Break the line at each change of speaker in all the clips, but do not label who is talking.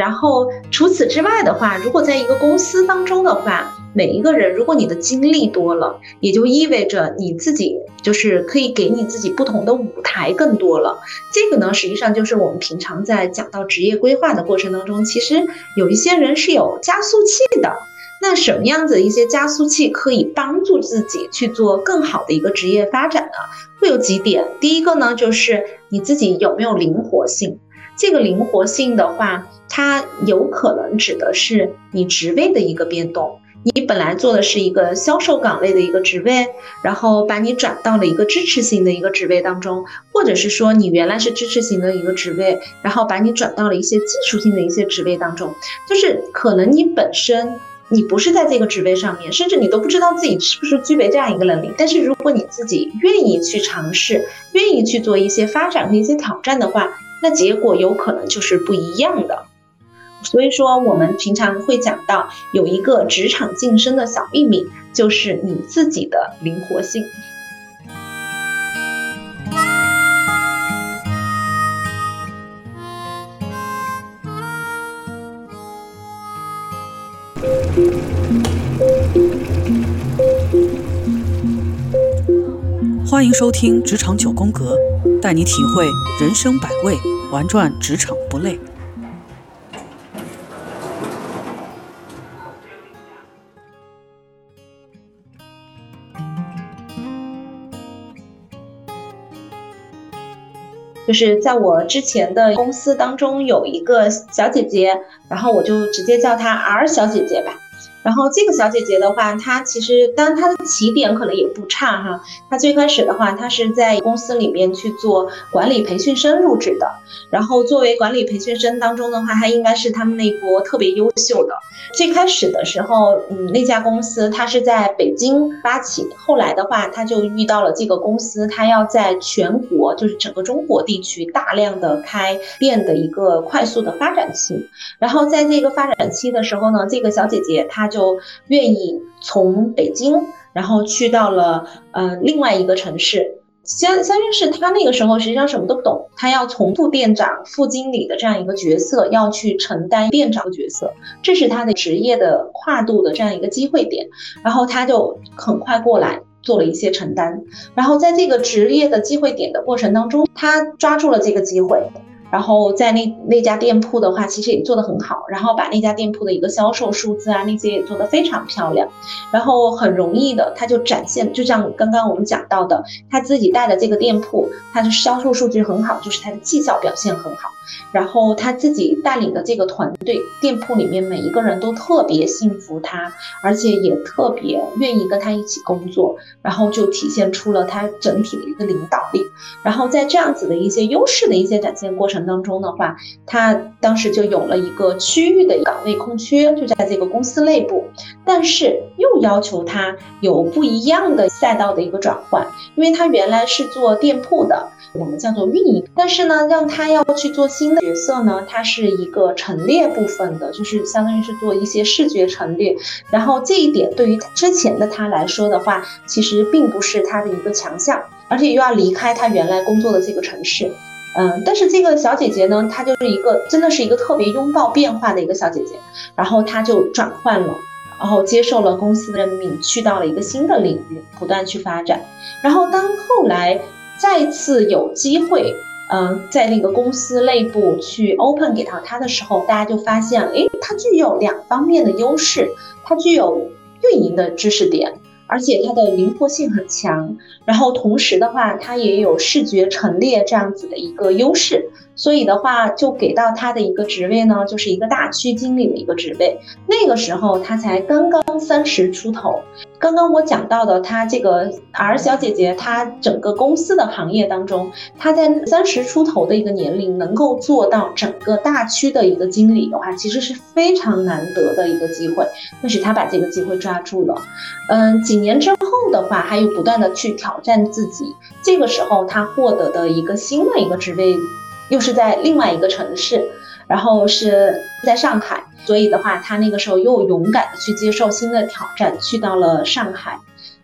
然后除此之外的话，如果在一个公司当中的话，每一个人如果你的经历多了，也就意味着你自己就是可以给你自己不同的舞台更多了。这个呢，实际上就是我们平常在讲到职业规划的过程当中，其实有一些人是有加速器的。那什么样子的一些加速器可以帮助自己去做更好的一个职业发展呢？会有几点。第一个呢，就是你自己有没有灵活性。这个灵活性的话，它有可能指的是你职位的一个变动。你本来做的是一个销售岗位的一个职位，然后把你转到了一个支持型的一个职位当中，或者是说你原来是支持型的一个职位，然后把你转到了一些技术性的一些职位当中，就是可能你本身你不是在这个职位上面，甚至你都不知道自己是不是具备这样一个能力，但是如果你自己愿意去尝试，愿意去做一些发展和一些挑战的话，那结果有可能就是不一样的。所以说我们平常会讲到有一个职场晋升的小秘密，就是你自己的灵活性。
欢迎收听职场9宫格，带你体会人生百味，玩转职场不累。
就是在我之前的公司当中有一个小姐姐，然后我就直接叫她 R 小姐姐吧。然后这个小姐姐的话，她其实当然她的起点可能也不差哈。她最开始的话，她是在公司里面去做管理培训生入职的。然后作为管理培训生当中的话，她应该是他们那一波特别优秀的。最开始的时候，那家公司它是在北京发起，后来的话，她就遇到了这个公司，它要在全国，就是整个中国地区大量的开店的一个快速的发展期。然后在这个发展期的时候呢，这个小姐姐她就愿意从北京，然后去到了另外一个城市。相当于是他那个时候实际上什么都不懂，他要从副店长、副经理的这样一个角色，要去承担店长的角色，这是他的职业的跨度的这样一个机会点。然后他就很快过来做了一些承担，然后在这个职业的机会点的过程当中，他抓住了这个机会。然后在那家店铺的话，其实也做得很好，然后把那家店铺的一个销售数字啊那些也做得非常漂亮，然后很容易的他就展现，就像刚刚我们讲到的，他自己带的这个店铺，他的销售数据很好，就是他的绩效表现很好，然后他自己带领的这个团队，店铺里面每一个人都特别信服他，而且也特别愿意跟他一起工作，然后就体现出了他整体的一个领导力。然后在这样子的一些优势的一些展现过程当中的话，他当时就有了一个区域的岗位空缺，就在这个公司内部，但是又要求他有不一样的赛道的一个转换，因为他原来是做店铺的，我们叫做运营，但是呢让他要去做新的角色呢，他是一个陈列部分的，就是相当于是做一些视觉陈列，然后这一点对于之前的他来说的话，其实并不是他的一个强项，而且又要离开他原来工作的这个城市。但是这个小姐姐呢，她就是真的是一个特别拥抱变化的一个小姐姐，然后她就转换了，然后接受了公司的任命，去到了一个新的领域，不断去发展。然后当后来再次有机会在那个公司内部去 open 给到她的时候，大家就发现她具有2方面的优势，她具有运营的知识点，而且它的灵活性很强，然后同时的话它也有视觉陈列这样子的一个优势，所以的话就给到他的一个职位呢，就是一个大区经理的一个职位。那个时候他才刚刚30出头。刚刚我讲到的他这个 R 小姐姐，她整个公司的行业当中，她在30出头的一个年龄能够做到整个大区的一个经理的话，其实是非常难得的一个机会，但是她把这个机会抓住了。几年之后的话，还有不断的去挑战自己，这个时候她获得的一个新的一个职位又是在另外一个城市，然后是在上海，所以的话他那个时候又勇敢的去接受新的挑战，去到了上海。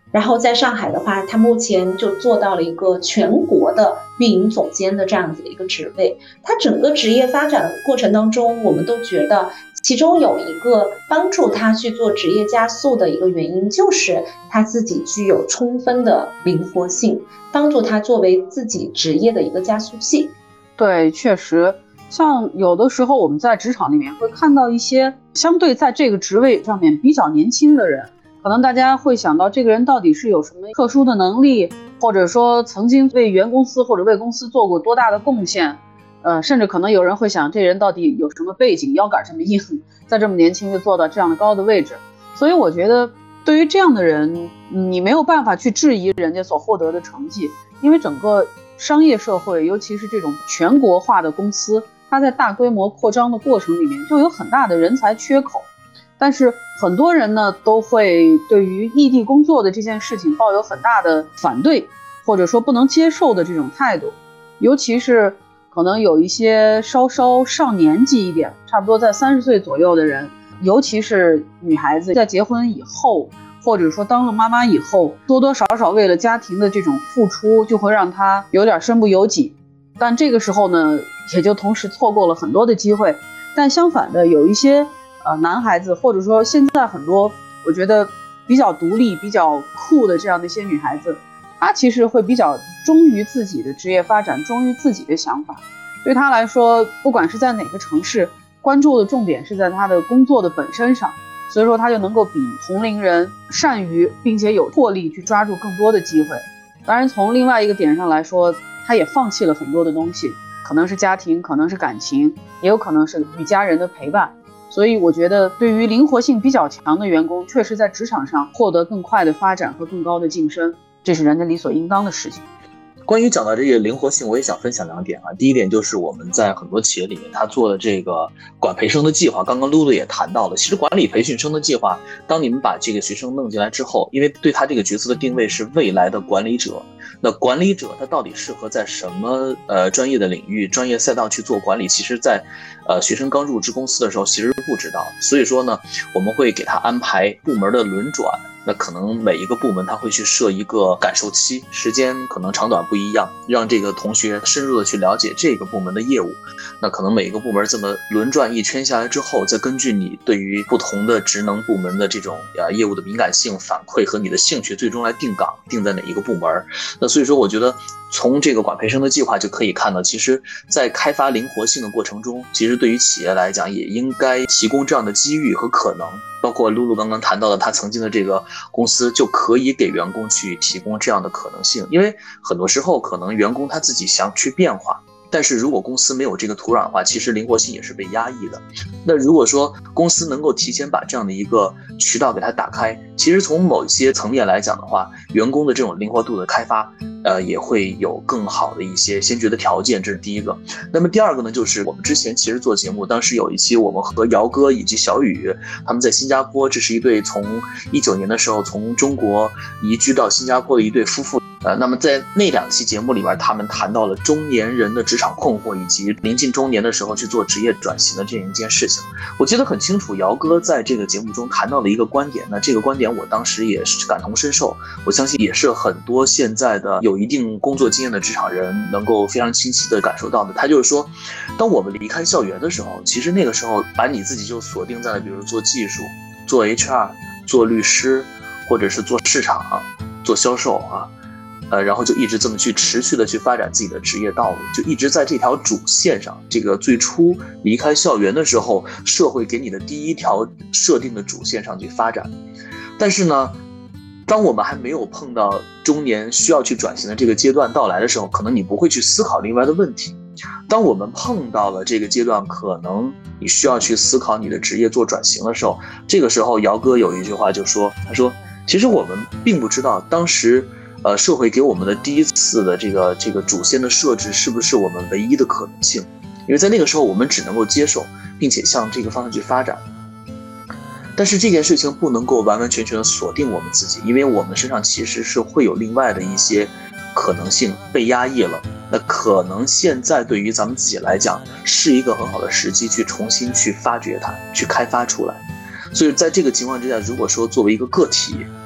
然后在上海的话，他目前就做到了一个全国的运营总监的这样子的一个职位。他整个职业发展的过程当中，我们都觉得其中有一个帮助他去做职业加速的一个原因，就是他自己具有充分的灵活性，帮助他作为自己职业的一个加速器。
对，确实，像有的时候我们在职场里面会看到一些相对在这个职位上面比较年轻的人，可能大家会想到这个人到底是有什么特殊的能力，或者说曾经为原公司或者为公司做过多大的贡献，甚至可能有人会想这人到底有什么背景，腰杆这么硬，在这么年轻就做到这样的高的位置。所以我觉得对于这样的人，你没有办法去质疑人家所获得的成绩，因为整个商业社会，尤其是这种全国化的公司，它在大规模扩张的过程里面就有很大的人才缺口。但是很多人呢都会对于异地工作的这件事情抱有很大的反对，或者说不能接受的这种态度，尤其是可能有一些稍稍上年纪一点，差不多在30岁左右的人，尤其是女孩子在结婚以后，或者说当了妈妈以后，多多少少为了家庭的这种付出，就会让她有点身不由己。但这个时候呢，也就同时错过了很多的机会。但相反的，有一些男孩子，或者说现在很多我觉得比较独立比较酷的这样的一些女孩子，她其实会比较忠于自己的职业发展，忠于自己的想法。对她来说，不管是在哪个城市，关注的重点是在她的工作的本身上，所以说她就能够比同龄人善于并且有魄力去抓住更多的机会。当然从另外一个点上来说，她也放弃了很多的东西，可能是家庭，可能是感情，也有可能是与家人的陪伴。所以我觉得对于灵活性比较强的员工，确实在职场上获得更快的发展和更高的晋升，这是人家理所应当的事情。
关于讲到这个灵活性，我也想分享2点啊。第一点就是我们在很多企业里面，他做的这个管培生的计划，刚刚露露也谈到了。其实管理培训生的计划，当你们把这个学生弄进来之后，因为对他这个角色的定位是未来的管理者，那管理者他到底适合在什么专业的领域、专业赛道去做管理？其实在学生刚入职公司的时候，其实不知道。所以说呢，我们会给他安排部门的轮转。那可能每一个部门他会去设一个感受期，时间可能长短不一样，让这个同学深入的去了解这个部门的业务。那可能每一个部门这么轮转一圈下来之后，再根据你对于不同的职能部门的这种业务的敏感性反馈和你的兴趣，最终来定岗，定在哪一个部门。那所以说我觉得从这个管培生的计划就可以看到，其实在开发灵活性的过程中，其实对于企业来讲也应该提供这样的机遇和可能。包括露露刚刚谈到的他曾经的这个公司就可以给员工去提供这样的可能性。因为很多时候可能员工他自己想去变化，但是如果公司没有这个土壤的话，其实灵活性也是被压抑的。那如果说公司能够提前把这样的一个渠道给它打开，其实从某一些层面来讲的话，员工的这种灵活度的开发也会有更好的一些先决的条件，这是第一个。那么第二个呢，就是我们之前其实做节目，当时有一期我们和姚哥以及小雨他们在新加坡，这是一对从19年的时候从中国移居到新加坡的一对夫妇。那么在那2期节目里边，他们谈到了中年人的职场困惑，以及临近中年的时候去做职业转型的这样一件事情。我记得很清楚，姚哥在这个节目中谈到了一个观点，那这个观点我当时也是感同身受，我相信也是很多现在的有一定工作经验的职场人能够非常清晰的感受到的。他就是说，当我们离开校园的时候，其实那个时候把你自己就锁定在了比如做技术、做 HR、做律师，或者是做市场、做销售啊，然后就一直这么去持续的去发展自己的职业道路，就一直在这条主线上，这个最初离开校园的时候社会给你的第一条设定的主线上去发展。但是呢，当我们还没有碰到中年需要去转型的这个阶段到来的时候，可能你不会去思考另外的问题。当我们碰到了这个阶段，可能你需要去思考你的职业做转型的时候，这个时候姚哥有一句话就说，他说其实我们并不知道当时社会给我们的第一次的这个主线的设置是不是我们唯一的可能性，因为在那个时候我们只能够接受并且向这个方向去发展。但是这件事情不能够完完全全的锁定我们自己，因为我们身上其实是会有另外的一些可能性被压抑了。那可能现在对于咱们自己来讲是一个很好的时机去重新去发掘它，去开发出来。所以在这个情况之下，如果说作为一个个体，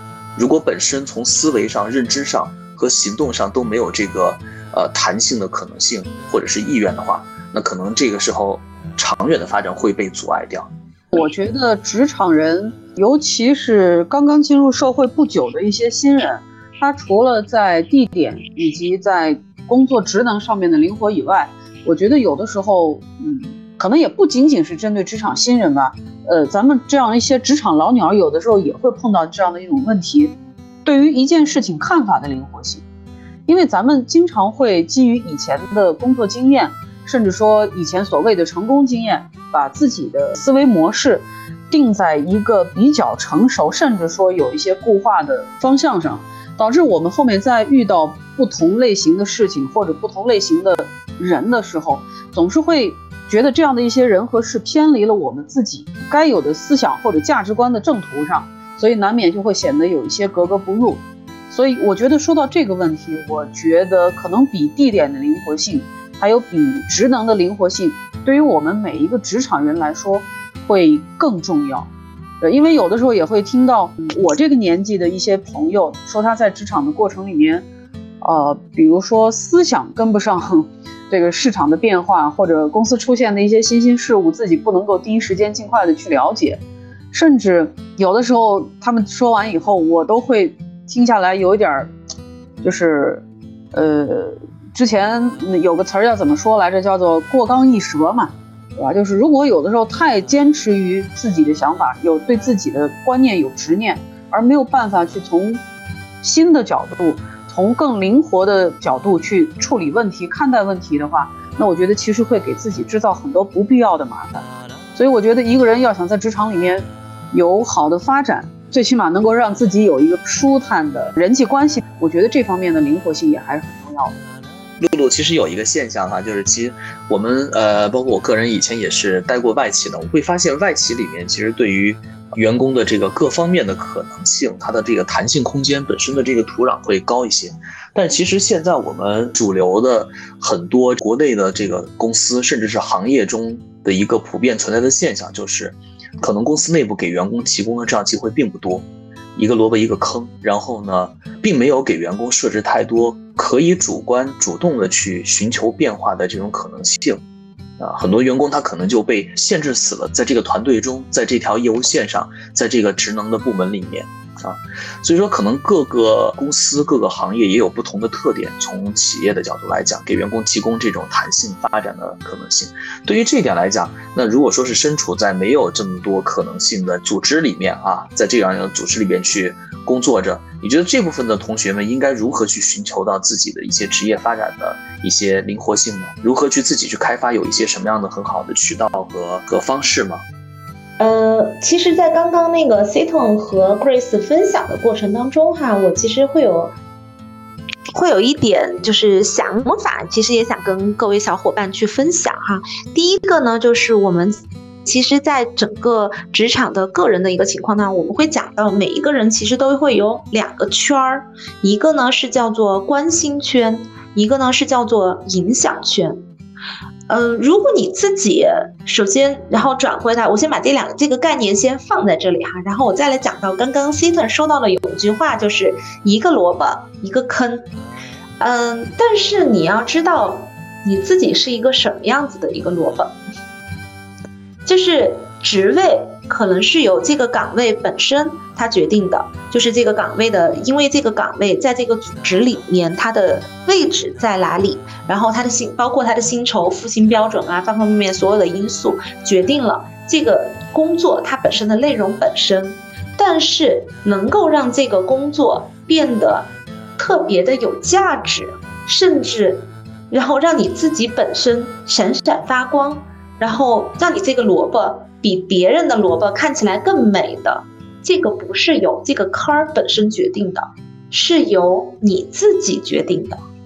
如果本身从思维上、认知上和行动上都没有这个弹性的可能性或者是意愿的话，那可能这个时候长远的发展会被阻碍掉。
我觉得职场人，尤其是刚刚进入社会不久的一些新人，他除了在地点以及在工作职能上面的灵活以外，我觉得有的时候可能也不仅仅是针对职场新人吧，咱们这样一些职场老鸟有的时候也会碰到这样的一种问题，对于一件事情看法的灵活性。因为咱们经常会基于以前的工作经验，甚至说以前所谓的成功经验，把自己的思维模式定在一个比较成熟，甚至说有一些固化的方向上，导致我们后面在遇到不同类型的事情或者不同类型的人的时候，总是会觉得这样的一些人和事偏离了我们自己该有的思想或者价值观的正途上，所以难免就会显得有一些格格不入。所以我觉得说到这个问题，我觉得可能比地点的灵活性还有比职能的灵活性，对于我们每一个职场人来说会更重要。因为有的时候也会听到我这个年纪的一些朋友说，他在职场的过程里面比如说思想跟不上这个市场的变化，或者公司出现的一些新兴事物，自己不能够第一时间尽快的去了解，甚至有的时候他们说完以后，我都会听下来有一点就是之前有个词儿叫怎么说来着，叫做过刚易折嘛，对吧？就是如果有的时候太坚持于自己的想法，有对自己的观念有执念，而没有办法去从新的角度，从更灵活的角度去处理问题、看待问题的话，那我觉得其实会给自己制造很多不必要的麻烦。所以我觉得一个人要想在职场里面有好的发展，最起码能够让自己有一个舒坦的人际关系，我觉得这方面的灵活性也还是很重要的。
露露其实有一个现象哈，就是其实我们包括我个人以前也是待过外企的，我会发现外企里面其实对于员工的这个各方面的可能性，它的这个弹性空间本身的这个土壤会高一些。但其实现在我们主流的很多国内的这个公司，甚至是行业中的一个普遍存在的现象，就是可能公司内部给员工提供的这样机会并不多，一个萝卜一个坑，然后呢并没有给员工设置太多可以主动的去寻求变化的这种可能性。很多员工他可能就被限制死了，在这个团队中，在这条业务线上，在这个职能的部门里面所以说可能各个公司各个行业也有不同的特点，从企业的角度来讲，给员工提供这种弹性发展的可能性。对于这一点来讲，那如果说是身处在没有这么多可能性的组织里面在这样一个组织里面去工作着，你觉得这部分的同学们应该如何去寻求到自己的一些职业发展的一些灵活性呢？如何去自己去开发有一些什么样的很好的渠道和方式吗？
其实在刚刚那个 Seton 和 Grace 分享的过程当中我其实会有一点就是想法，其实也想跟各位小伙伴去分享第一个呢，就是我们其实在整个职场的个人的一个情况呢，我们会讲到每一个人其实都会有两个圈儿，一个呢是叫做关心圈，一个呢是叫做影响圈。如果你自己首先然后转回来，我先把这个概念先放在这里然后我再来讲到刚刚 Seton 说到的有一句话，就是一个萝卜一个坑。但是你要知道你自己是一个什么样子的一个萝卜，就是职位可能是由这个岗位本身它决定的，就是这个岗位的，因为这个岗位在这个组织里面它的位置在哪里，然后它的包括它的薪酬、付薪标准方方面面所有的因素决定了这个工作它本身的内容本身。但是能够让这个工作变得特别的有价值，甚至然后让你自己本身闪闪发光，然后让你这个萝卜比别人的萝卜看起来更美的，这个不是由这个坑本身决定的，是由你自己决定的。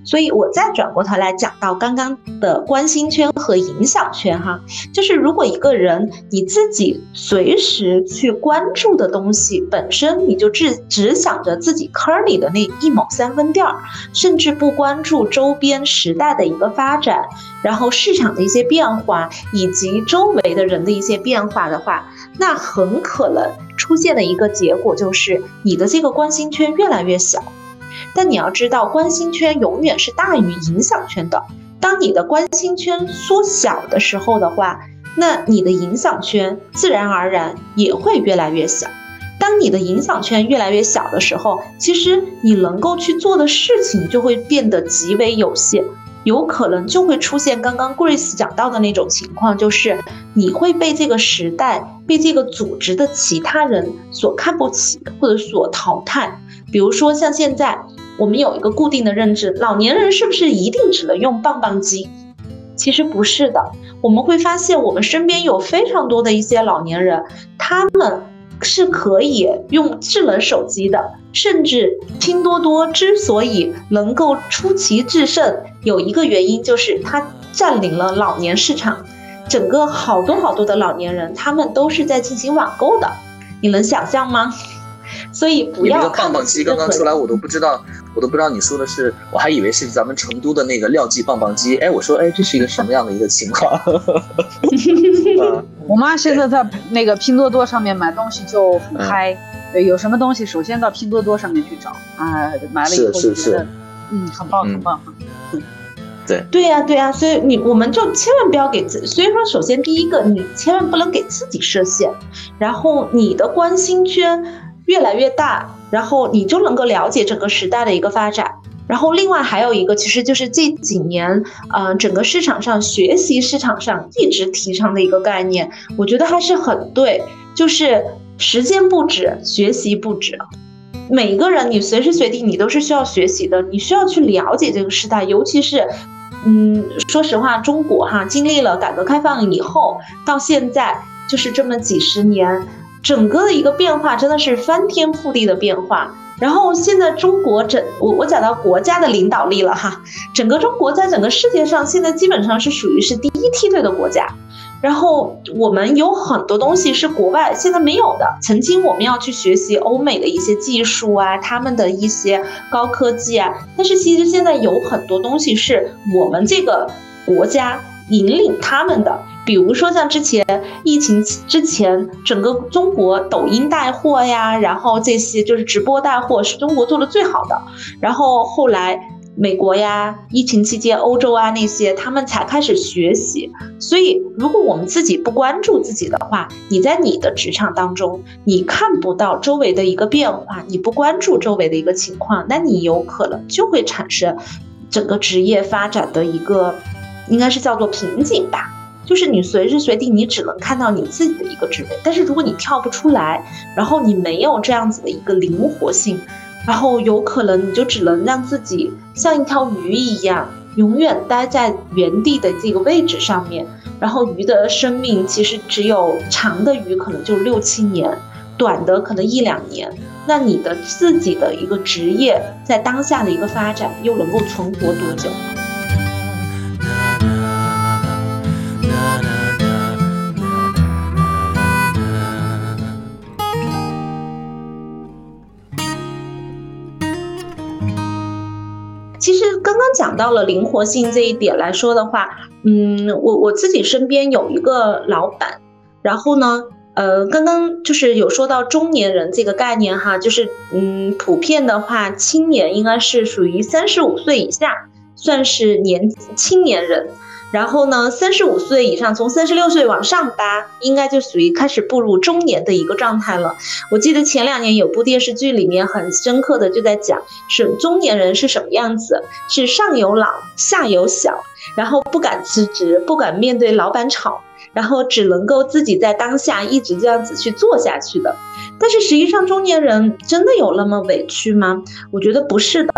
所以我再转过头来讲到刚刚的关心圈和影响圈哈，就是如果一个人你自己随时去关注的东西本身你就只想着自己坑里的那一亩三分地儿，甚至不关注周边时代的一个发展，然后市场的一些变化以及周围的人的一些变化的话，那很可能出现的一个结果就是你的这个关心圈越来越小。但你要知道，关心圈永远是大于影响圈的。当你的关心圈缩小的时候的话，那你的影响圈自然而然也会越来越小。当你的影响圈越来越小的时候，其实你能够去做的事情就会变得极为有限，有可能就会出现刚刚 Grace 讲到的那种情况，就是你会被这个时代、被这个组织的其他人所看不起或者所淘汰。比如说像现在我们有一个固定的认知，老年人是不是一定只能用棒棒机？其实不是的，我们会发现我们身边有非常多的一些老年人，他们是可以用智能手机的，甚至拼多多之所以能够出奇制胜，有一个原因就是它占领了老年市场，整个好多的老年人他们都是在进行网购的，你能想象吗？所以不要看。你那个
棒棒机刚刚出来，我都不知道你说的是，我还以为是咱们成都的那个廖记棒棒机。哎，我说，哎，这是一个什么样的一个情况？
我妈现在在那个拼多多上面买东西就很嗨，对，有什么东西首先到拼多多上面去找啊，买了以后就觉得，很棒很棒。
对呀，所以我们就千万不要给自己，所以说首先第一个，你千万不能给自己设限，然后你的关心圈越来越大，然后你就能够了解整个时代的一个发展。然后另外还有一个，其实就是这几年整个市场上学习市场上一直提倡的一个概念，我觉得还是很对，就是时间不止，学习不止。每个人你随时随地你都是需要学习的，你需要去了解这个时代，尤其是说实话，中国经历了改革开放以后到现在就是这么几十年，整个的一个变化真的是翻天覆地的变化。然后现在中国我讲到国家的领导力了整个中国在整个世界上现在基本上是属于是第一梯队的国家。然后我们有很多东西是国外现在没有的，曾经我们要去学习欧美的一些技术啊，他们的一些高科技啊，但是其实现在有很多东西是我们这个国家引领他们的，比如说像之前疫情之前，整个中国抖音带货呀，然后这些就是直播带货是中国做的最好的，然后后来美国呀，疫情期间欧洲啊那些他们才开始学习。所以如果我们自己不关注自己的话，你在你的职场当中你看不到周围的一个变化，你不关注周围的一个情况，那你有可能就会产生整个职业发展的一个应该是叫做瓶颈吧，就是你随时随地你只能看到你自己的一个职位，但是如果你跳不出来，然后你没有这样子的一个灵活性，然后有可能你就只能让自己像一条鱼一样永远待在原地的这个位置上面，然后鱼的生命其实只有长的鱼可能就6、7年，短的可能1、2年，那你的自己的一个职业在当下的一个发展又能够存活多久？其实刚刚讲到了灵活性这一点来说的话，我自己身边有一个老板，然后呢，刚刚就是有说到中年人这个概念就是普遍的话，青年应该是属于35岁以下，算是青年人。然后呢，35岁以上，从36岁往上吧，应该就属于开始步入中年的一个状态了。我记得前2年有部电视剧里面很深刻的就在讲，是中年人是什么样子，是上有老下有小，然后不敢辞职，不敢面对老板吵，然后只能够自己在当下一直这样子去做下去的。但是实际上中年人真的有那么委屈吗？我觉得不是的。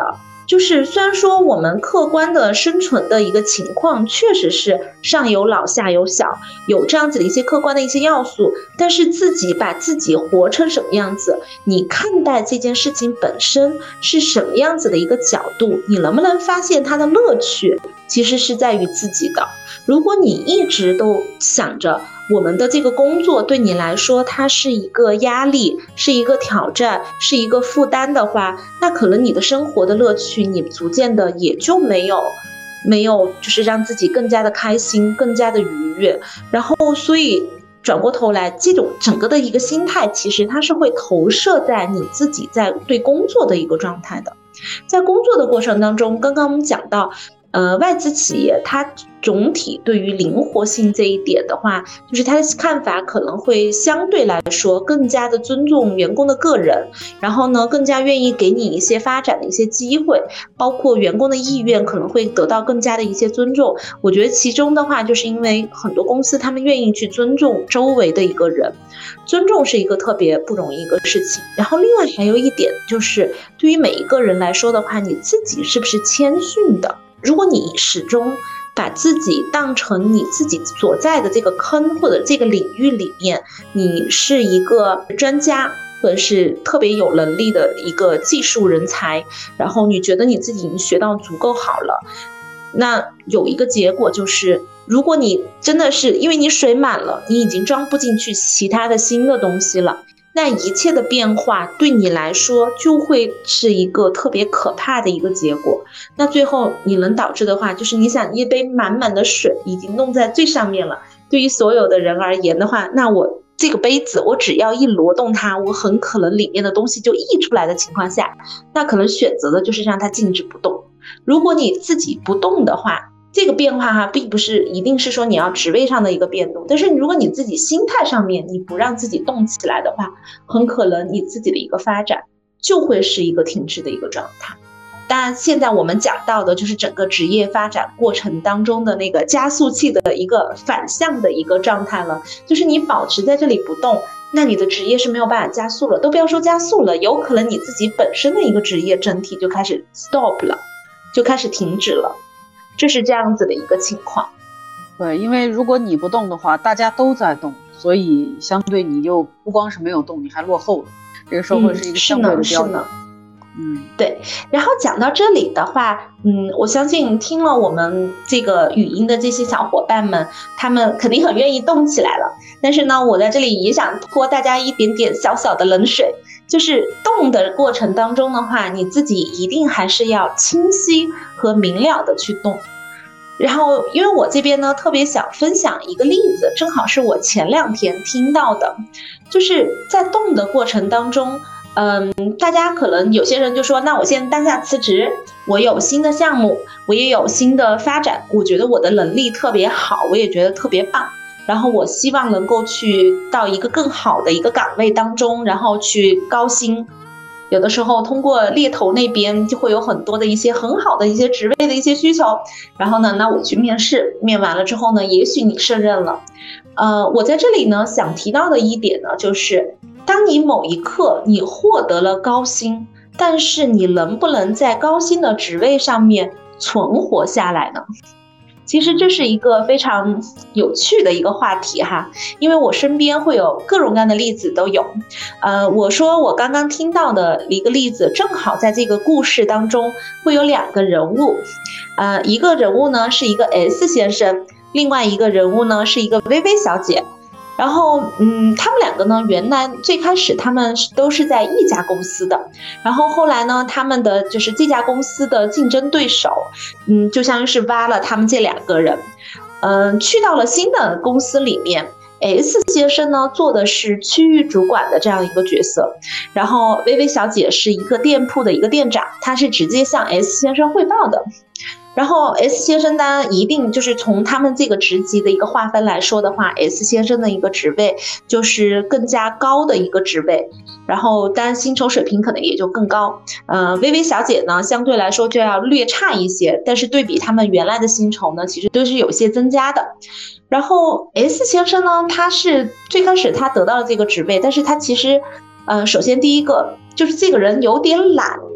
就是虽然说我们客观的生存的一个情况确实是上有老下有小，有这样子的一些客观的一些要素，但是自己把自己活成什么样子，你看待这件事情本身是什么样子的一个角度，你能不能发现它的乐趣其实是在于自己的。如果你一直都想着我们的这个工作对你来说它是一个压力，是一个挑战，是一个负担的话，那可能你的生活的乐趣你逐渐的也就没有就是让自己更加的开心，更加的愉悦。然后所以转过头来，这种整个的一个心态其实它是会投射在你自己在对工作的一个状态的。在工作的过程当中，刚刚我们讲到外资企业它总体对于灵活性这一点的话，就是它的看法可能会相对来说更加的尊重员工的个人，然后呢更加愿意给你一些发展的一些机会，包括员工的意愿可能会得到更加的一些尊重。我觉得其中的话就是因为很多公司他们愿意去尊重周围的一个人，尊重是一个特别不容易一个事情。然后另外还有一点就是对于每一个人来说的话，你自己是不是谦逊的。如果你始终把自己当成你自己所在的这个坑或者这个领域里面，你是一个专家或者是特别有能力的一个技术人才，然后你觉得你自己已经学到足够好了，那有一个结果就是，如果你真的是因为你水满了，你已经装不进去其他的新的东西了，那一切的变化对你来说就会是一个特别可怕的一个结果。那最后你能导致的话，就是你想一杯满满的水已经弄在最上面了，对于所有的人而言的话，那我这个杯子我只要一挪动它，我很可能里面的东西就溢出来的情况下，那可能选择的就是让它静止不动。如果你自己不动的话，这个变化并不是一定是说你要职位上的一个变动，但是如果你自己心态上面你不让自己动起来的话，很可能你自己的一个发展就会是一个停滞的一个状态。当然现在我们讲到的就是整个职业发展过程当中的那个加速器的一个反向的一个状态了，就是你保持在这里不动，那你的职业是没有办法加速了，都不要说加速了，有可能你自己本身的一个职业整体就开始 stop 了，就开始停止了，这是这样子的一个情况。
对，因为如果你不动的话，大家都在动，所以相对你就不光是没有动，你还落后了。这个社会是一个相对的标准。
对。然后讲到这里的话，我相信听了我们这个语音的这些小伙伴们，他们肯定很愿意动起来了。但是呢，我在这里也想泼大家一点点小小的冷水，就是动的过程当中的话，你自己一定还是要清晰和明了的去动。然后因为我这边呢特别想分享一个例子，正好是我前2天听到的，就是在动的过程当中，大家可能有些人就说，那我现在当下辞职，我有新的项目，我也有新的发展，我觉得我的能力特别好，我也觉得特别棒，然后我希望能够去到一个更好的一个岗位当中，然后去高薪。有的时候通过猎头那边就会有很多的一些很好的一些职位的一些需求，然后呢，那我去面试，面完了之后呢，也许你胜任了。我在这里呢想提到的一点呢，就是当你某一刻你获得了高薪，但是你能不能在高薪的职位上面存活下来呢？其实这是一个非常有趣的一个话题哈，因为我身边会有各种各样的例子都有。我说我刚刚听到的一个例子，正好在这个故事当中会有2个人物，一个人物呢是一个 S 先生，另外一个人物呢是一个薇薇小姐。然后他们2个呢，原来最开始他们都是在一家公司的，然后后来呢，他们的就是这家公司的竞争对手，就像是挖了他们这2个人，去到了新的公司里面。S 先生呢做的是区域主管的这样一个角色，然后薇薇小姐是一个店铺的一个店长，她是直接向 S 先生汇报的。然后 S 先生呢，一定就是从他们这个职级的一个划分来说的话， S 先生的一个职位就是更加高的一个职位，然后当然薪酬水平可能也就更高。薇薇小姐呢相对来说就要略差一些，但是对比他们原来的薪酬呢，其实都是有些增加的。然后 S 先生呢，他是最开始他得到了这个职位，但是他其实首先第一个就是这个人有点懒，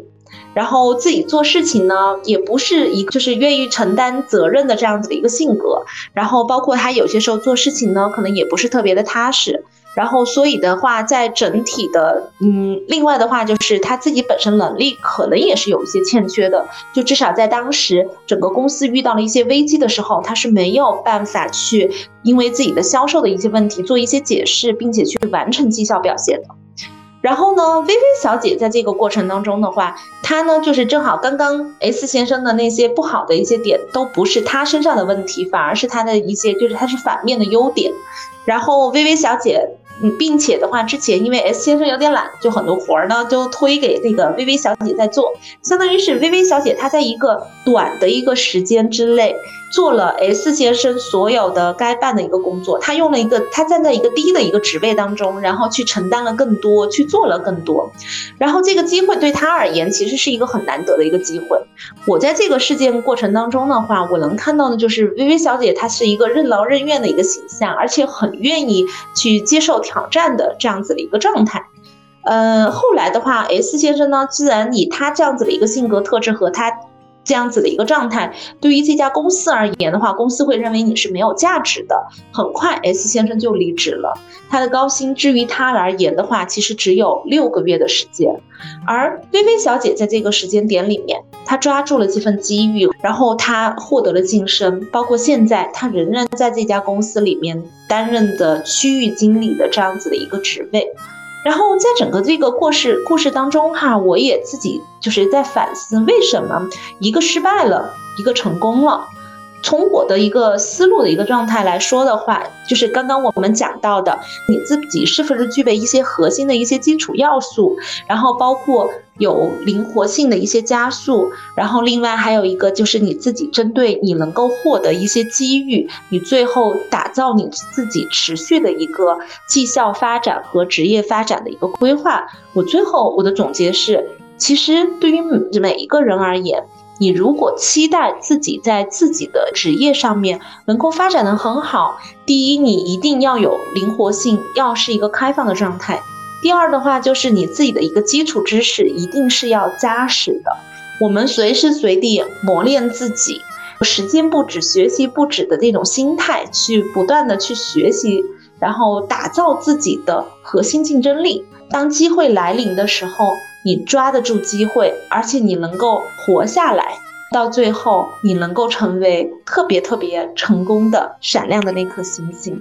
然后自己做事情呢，也不是一个就是愿意承担责任的这样子的一个性格，然后包括他有些时候做事情呢，可能也不是特别的踏实，然后所以的话，在整体的另外的话就是他自己本身能力可能也是有一些欠缺的，就至少在当时整个公司遇到了一些危机的时候，他是没有办法去因为自己的销售的一些问题做一些解释，并且去完成绩效表现的。然后呢，薇薇小姐在这个过程当中的话，她呢就是正好刚刚 S 先生的那些不好的一些点都不是她身上的问题，反而是她的一些就是她是反面的优点。然后薇薇小姐并且的话，之前因为 S 先生有点懒，就很多活呢都推给那个薇薇小姐在做，相当于是薇薇小姐她在一个短的一个时间之内做了 S 先生所有的该办的一个工作，她站在一个低的一个职位当中，然后去承担了更多，去做了更多，然后这个机会对她而言其实是一个很难得的一个机会。我在这个事件过程当中的话，我能看到的就是薇薇小姐她是一个任劳任怨的一个形象，而且很愿意去接受挑战的这样子的一个状态。后来的话 S 先生呢，自然以他这样子的一个性格特质和他这样子的一个状态，对于这家公司而言的话，公司会认为你是没有价值的。很快 S 先生就离职了，他的高薪至于他而言的话，其实只有6个月的时间。而薇薇小姐在这个时间点里面，她抓住了这份机遇，然后她获得了晋升，包括现在她仍然在这家公司里面担任的区域经理的这样子的一个职位。然后在整个这个故事当中哈，我也自己就是在反思，为什么一个失败了，一个成功了。从我的一个思路的一个状态来说的话，就是刚刚我们讲到的，你自己是不是具备一些核心的一些基础要素，然后包括有灵活性的一些加速，然后另外还有一个就是你自己针对你能够获得一些机遇，你最后打造你自己持续的一个绩效发展和职业发展的一个规划。最后我的总结是，其实对于每一个人而言，你如果期待自己在自己的职业上面能够发展得很好，第一，你一定要有灵活性，要是一个开放的状态。第二的话，就是你自己的一个基础知识一定是要扎实的。我们随时随地磨练自己，时间不止，学习不止的这种心态，去不断的去学习，然后打造自己的核心竞争力。当机会来临的时候，你抓得住机会，而且你能够活下来，到最后你能够成为特别特别成功的闪亮的那颗星星。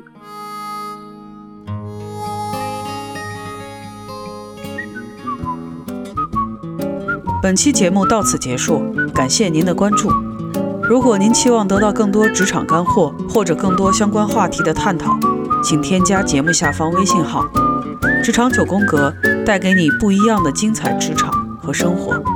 本期节目到此结束，感谢您的关注。如果您期望得到更多职场干货或者更多相关话题的探讨，请添加节目下方微信号“职场9宫格”，带给你不一样的精彩职场和生活。